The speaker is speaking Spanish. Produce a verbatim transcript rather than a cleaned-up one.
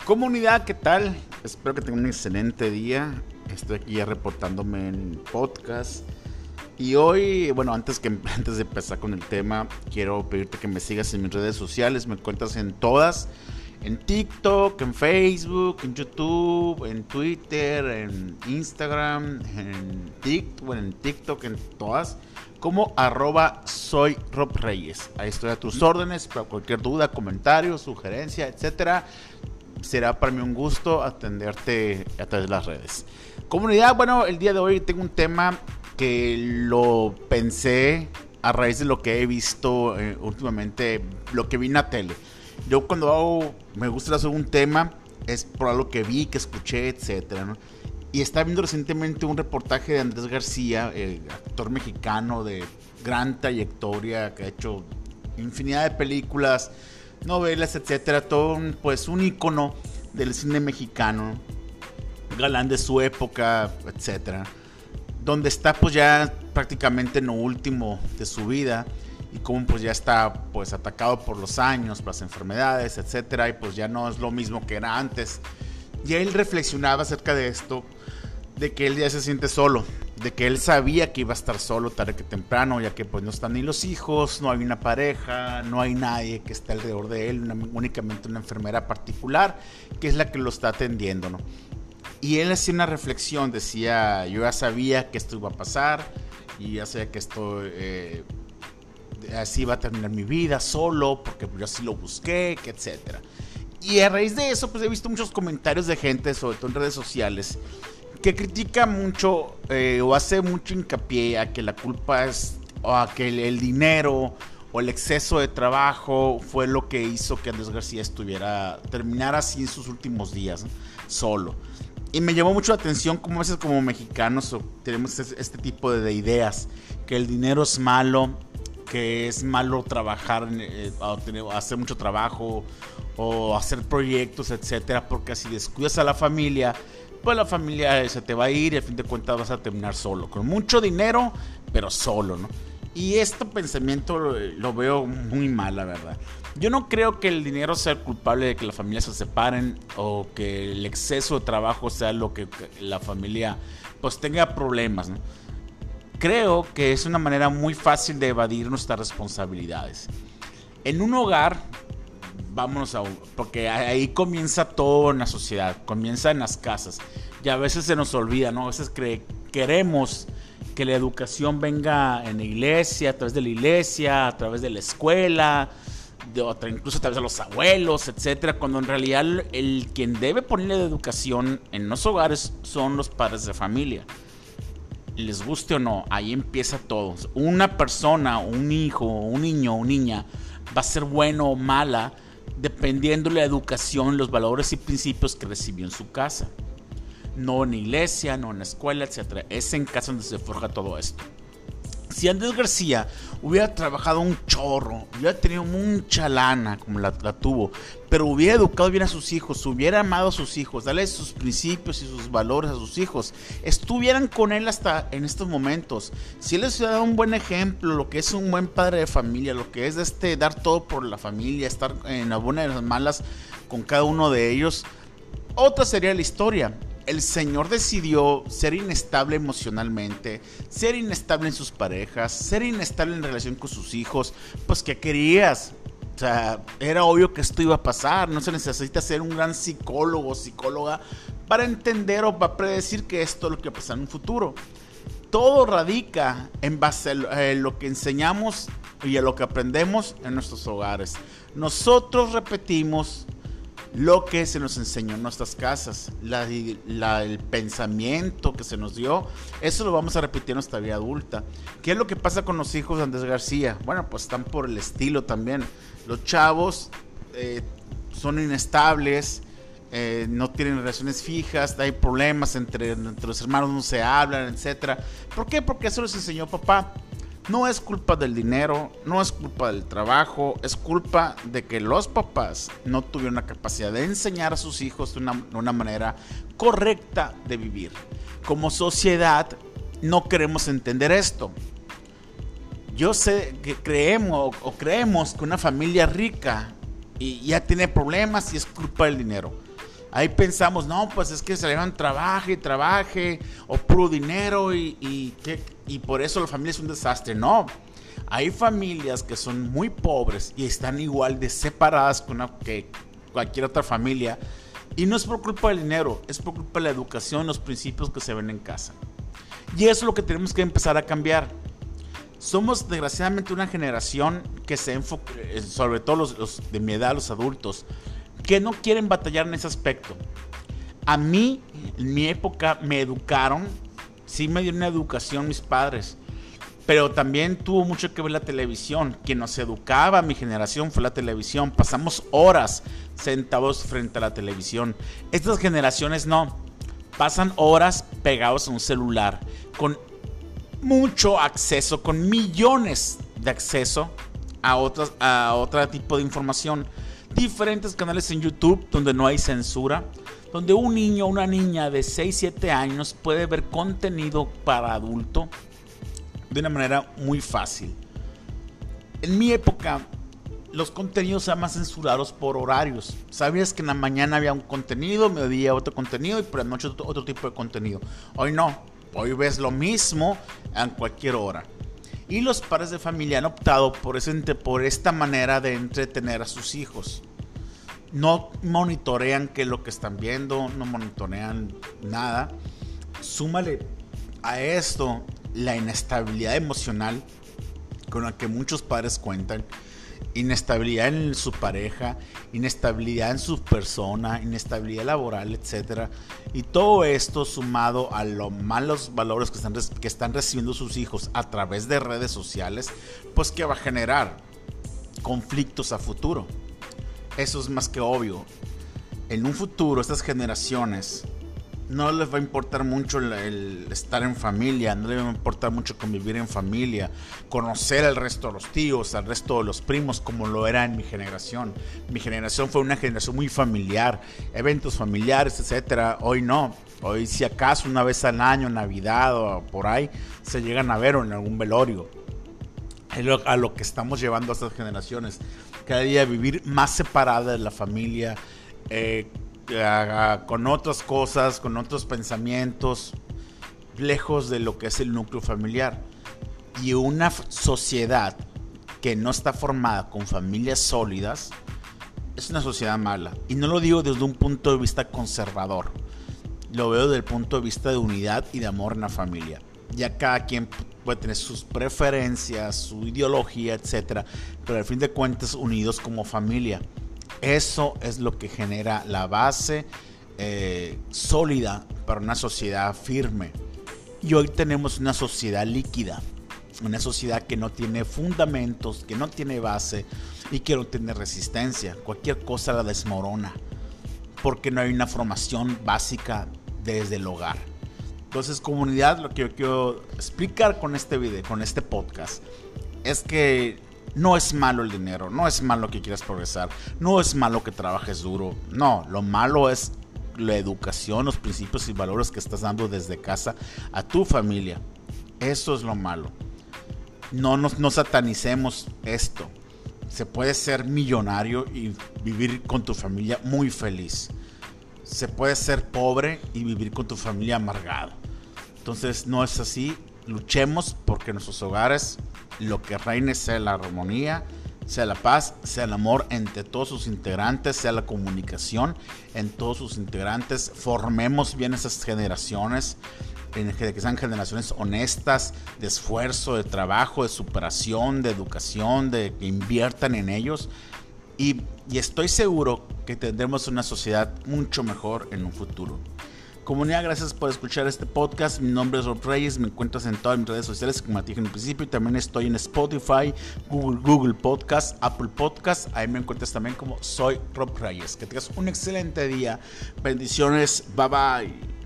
Comunidad, ¿qué tal? Espero que tengan un excelente día. Estoy aquí ya reportándome en podcast. Y hoy, bueno, antes, que, antes de empezar con el tema, quiero pedirte que me sigas en mis redes sociales. Me encuentras en todas. En TikTok, en Facebook, en YouTube, en Twitter, en Instagram, en TikTok, bueno, en TikTok, en todas. Como arroba soy Rob Reyes. Ahí estoy a tus órdenes para cualquier duda, comentario, sugerencia, etcétera. Será para mí un gusto atenderte a través de las redes. Comunidad, bueno, el día de hoy tengo un tema que lo pensé a raíz de lo que he visto eh, últimamente, lo que vi en la tele. Yo cuando hago, me gusta hacer un tema, es por algo que vi, que escuché, etcétera, ¿no? Y estaba viendo recientemente un reportaje de Andrés García, eh, actor mexicano de gran trayectoria, que ha hecho infinidad de películas, novelas, etcétera, todo un, pues un ícono del cine mexicano, galán de su época, etcétera, donde está pues ya prácticamente en lo último de su vida y como pues ya está pues atacado por los años, por las enfermedades, etcétera, y pues ya no es lo mismo que era antes. Y él reflexionaba acerca de esto, de que él ya se siente solo, de que él sabía que iba a estar solo tarde que temprano, ya que pues no están ni los hijos, no hay una pareja, no hay nadie que esté alrededor de él, una, únicamente una enfermera particular que es la que lo está atendiendo, ¿no? Y él hacía una reflexión, decía, yo ya sabía que esto iba a pasar y ya sabía que esto eh, así iba a terminar mi vida solo, porque yo así lo busqué, que etcétera. Y a raíz de eso pues he visto muchos comentarios de gente, sobre todo en redes sociales, que critica mucho eh, o hace mucho hincapié a que la culpa es, o a que el, el dinero o el exceso de trabajo fue lo que hizo que Andrés García estuviera, terminara así en sus últimos días, ¿no? Solo. Y me llamó mucho la atención como a veces como mexicanos tenemos este, este tipo de, de ideas, que el dinero es malo, que es malo trabajar, eh, hacer mucho trabajo o hacer proyectos, etcétera, porque si descuidas a la familia, pues la familia se te va a ir y al fin de cuentas vas a terminar solo, con mucho dinero, pero solo, ¿no? Y este pensamiento lo, lo veo muy mal, la verdad. Yo no creo que el dinero sea el culpable de que las familias se separen o que el exceso de trabajo sea lo que la familia pues tenga problemas, ¿no? Creo que es una manera muy fácil de evadir nuestras responsabilidades. En un hogar, vámonos a... porque ahí comienza todo en la sociedad, comienza en las casas. Y a veces se nos olvida, ¿no? A veces cre- queremos que la educación venga en la iglesia, a través de la iglesia, a través de la escuela, de otra, incluso a través de los abuelos, etcétera, cuando en realidad el, el quien debe ponerle de educación en los hogares son los padres de familia. Les guste o no, ahí empieza todo. Una persona, un hijo, un niño o niña va a ser bueno o mala dependiendo de la educación, los valores y principios que recibió en su casa. No en la iglesia, no en la escuela, etcétera. Es en casa donde se forja todo esto. Si Andrés García hubiera trabajado un chorro, hubiera tenido mucha lana como la, la tuvo, pero hubiera educado bien a sus hijos, hubiera amado a sus hijos, darle sus principios y sus valores a sus hijos, estuvieran con él hasta en estos momentos. Si él les hubiera dado un buen ejemplo, lo que es un buen padre de familia, lo que es este dar todo por la familia, estar en las buenas y las malas con cada uno de ellos, otra sería la historia. El señor decidió ser inestable emocionalmente, ser inestable en sus parejas, ser inestable en relación con sus hijos. Pues, ¿qué querías? O sea, era obvio que esto iba a pasar. No se necesita ser un gran psicólogo o psicóloga para entender o para predecir que esto es lo que va a pasar en un futuro. Todo radica en base a lo que enseñamos y a lo que aprendemos en nuestros hogares. Nosotros repetimos lo que se nos enseñó en nuestras casas, la, la, el pensamiento que se nos dio, eso lo vamos a repetir en nuestra vida adulta. ¿Qué es lo que pasa con los hijos de Andrés García? Bueno, pues están por el estilo también. Los chavos eh, son inestables, eh, no tienen relaciones fijas, hay problemas entre, entre los hermanos, no se hablan, etcétera. ¿Por qué? Porque eso les enseñó papá. No es culpa del dinero, no es culpa del trabajo, es culpa de que los papás no tuvieron la capacidad de enseñar a sus hijos de una, de una manera correcta de vivir. Como sociedad no queremos entender esto. Yo sé que creemos o creemos que una familia rica y ya tiene problemas y es culpa del dinero. Ahí pensamos, no, pues es que se levan trabaje y trabaje, o puro dinero, y, y, ¿qué? Y por eso la familia es un desastre. No, hay familias que son muy pobres y están igual de separadas con una, que cualquier otra familia. Y no es por culpa del dinero, es por culpa de la educación, los principios que se ven en casa. Y eso es lo que tenemos que empezar a cambiar. Somos desgraciadamente una generación que se enfoca, sobre todo los, los de mi edad, los adultos, que no quieren batallar en ese aspecto. A mí, en mi época, me educaron, sí me dieron una educación mis padres, pero también tuvo mucho que ver la televisión. Quien nos educaba a mi generación fue la televisión. Pasamos horas sentados frente a la televisión. Estas generaciones no, pasan horas pegados a un celular, con mucho acceso, con millones de acceso a, otras, a otro tipo de información. Diferentes canales en YouTube donde no hay censura, donde un niño o una niña de seis, siete años puede ver contenido para adulto de una manera muy fácil. En mi época, los contenidos eran más censurados por horarios. Sabías que en la mañana había un contenido, mediodía otro contenido y por la noche otro, otro tipo de contenido. Hoy no, hoy ves lo mismo en cualquier hora. Y los padres de familia han optado por, ese, por esta manera de entretener a sus hijos. No monitorean qué es lo que están viendo, no monitorean nada. Súmale a esto la inestabilidad emocional con la que muchos padres cuentan. Inestabilidad en su pareja, inestabilidad en su persona, inestabilidad laboral, etcétera. Y todo esto sumado a los malos valores que están, que están recibiendo sus hijos a través de redes sociales, pues que va a generar conflictos a futuro. Eso es más que obvio. En un futuro estas generaciones no les va a importar mucho el, el estar en familia, no les va a importar mucho convivir en familia, conocer al resto de los tíos, al resto de los primos, como lo era en mi generación. Mi generación fue una generación muy familiar, eventos familiares, etcétera. Hoy no, hoy si acaso una vez al año, Navidad o por ahí, se llegan a ver o en algún velorio. Es a lo que estamos llevando a estas generaciones, cada día vivir más separada de la familia, eh, con otras cosas, con otros pensamientos, lejos de lo que es el núcleo familiar. Y una sociedad que no está formada con familias sólidas es una sociedad mala. Y no lo digo desde un punto de vista conservador, lo veo desde el punto de vista de unidad y de amor en la familia. Ya cada quien puede tener sus preferencias, su ideología, etcétera, pero al fin de cuentas unidos como familia. Eso es lo que genera la base eh, sólida para una sociedad firme. Y hoy tenemos una sociedad líquida, una sociedad que no tiene fundamentos, que no tiene base y que no tiene resistencia. Cualquier cosa la desmorona porque no hay una formación básica desde el hogar. Entonces, comunidad, lo que yo quiero explicar con este video, con este podcast, es que no es malo el dinero, no es malo que quieras progresar, no es malo que trabajes duro. No, lo malo es la educación, los principios y valores que estás dando desde casa a tu familia. Eso es lo malo. No nos no satanicemos esto. Se puede ser millonario y vivir con tu familia muy feliz. Se puede ser pobre y vivir con tu familia amargado. Entonces no es así. Luchemos porque en nuestros hogares lo que reine sea la armonía, sea la paz, sea el amor entre todos sus integrantes, sea la comunicación en todos sus integrantes. Formemos bien esas generaciones, en que sean generaciones honestas, de esfuerzo, de trabajo, de superación, de educación, de que inviertan en ellos. Y, y estoy seguro que tendremos una sociedad mucho mejor en un futuro. Comunidad, gracias por escuchar este podcast. Mi nombre es Rob Reyes. Me encuentras en todas mis redes sociales, como te dije en el principio. Y también estoy en Spotify, Google, Google Podcast, Apple Podcast. Ahí me encuentras también como Soy Rob Reyes. Que tengas un excelente día. Bendiciones. Bye bye.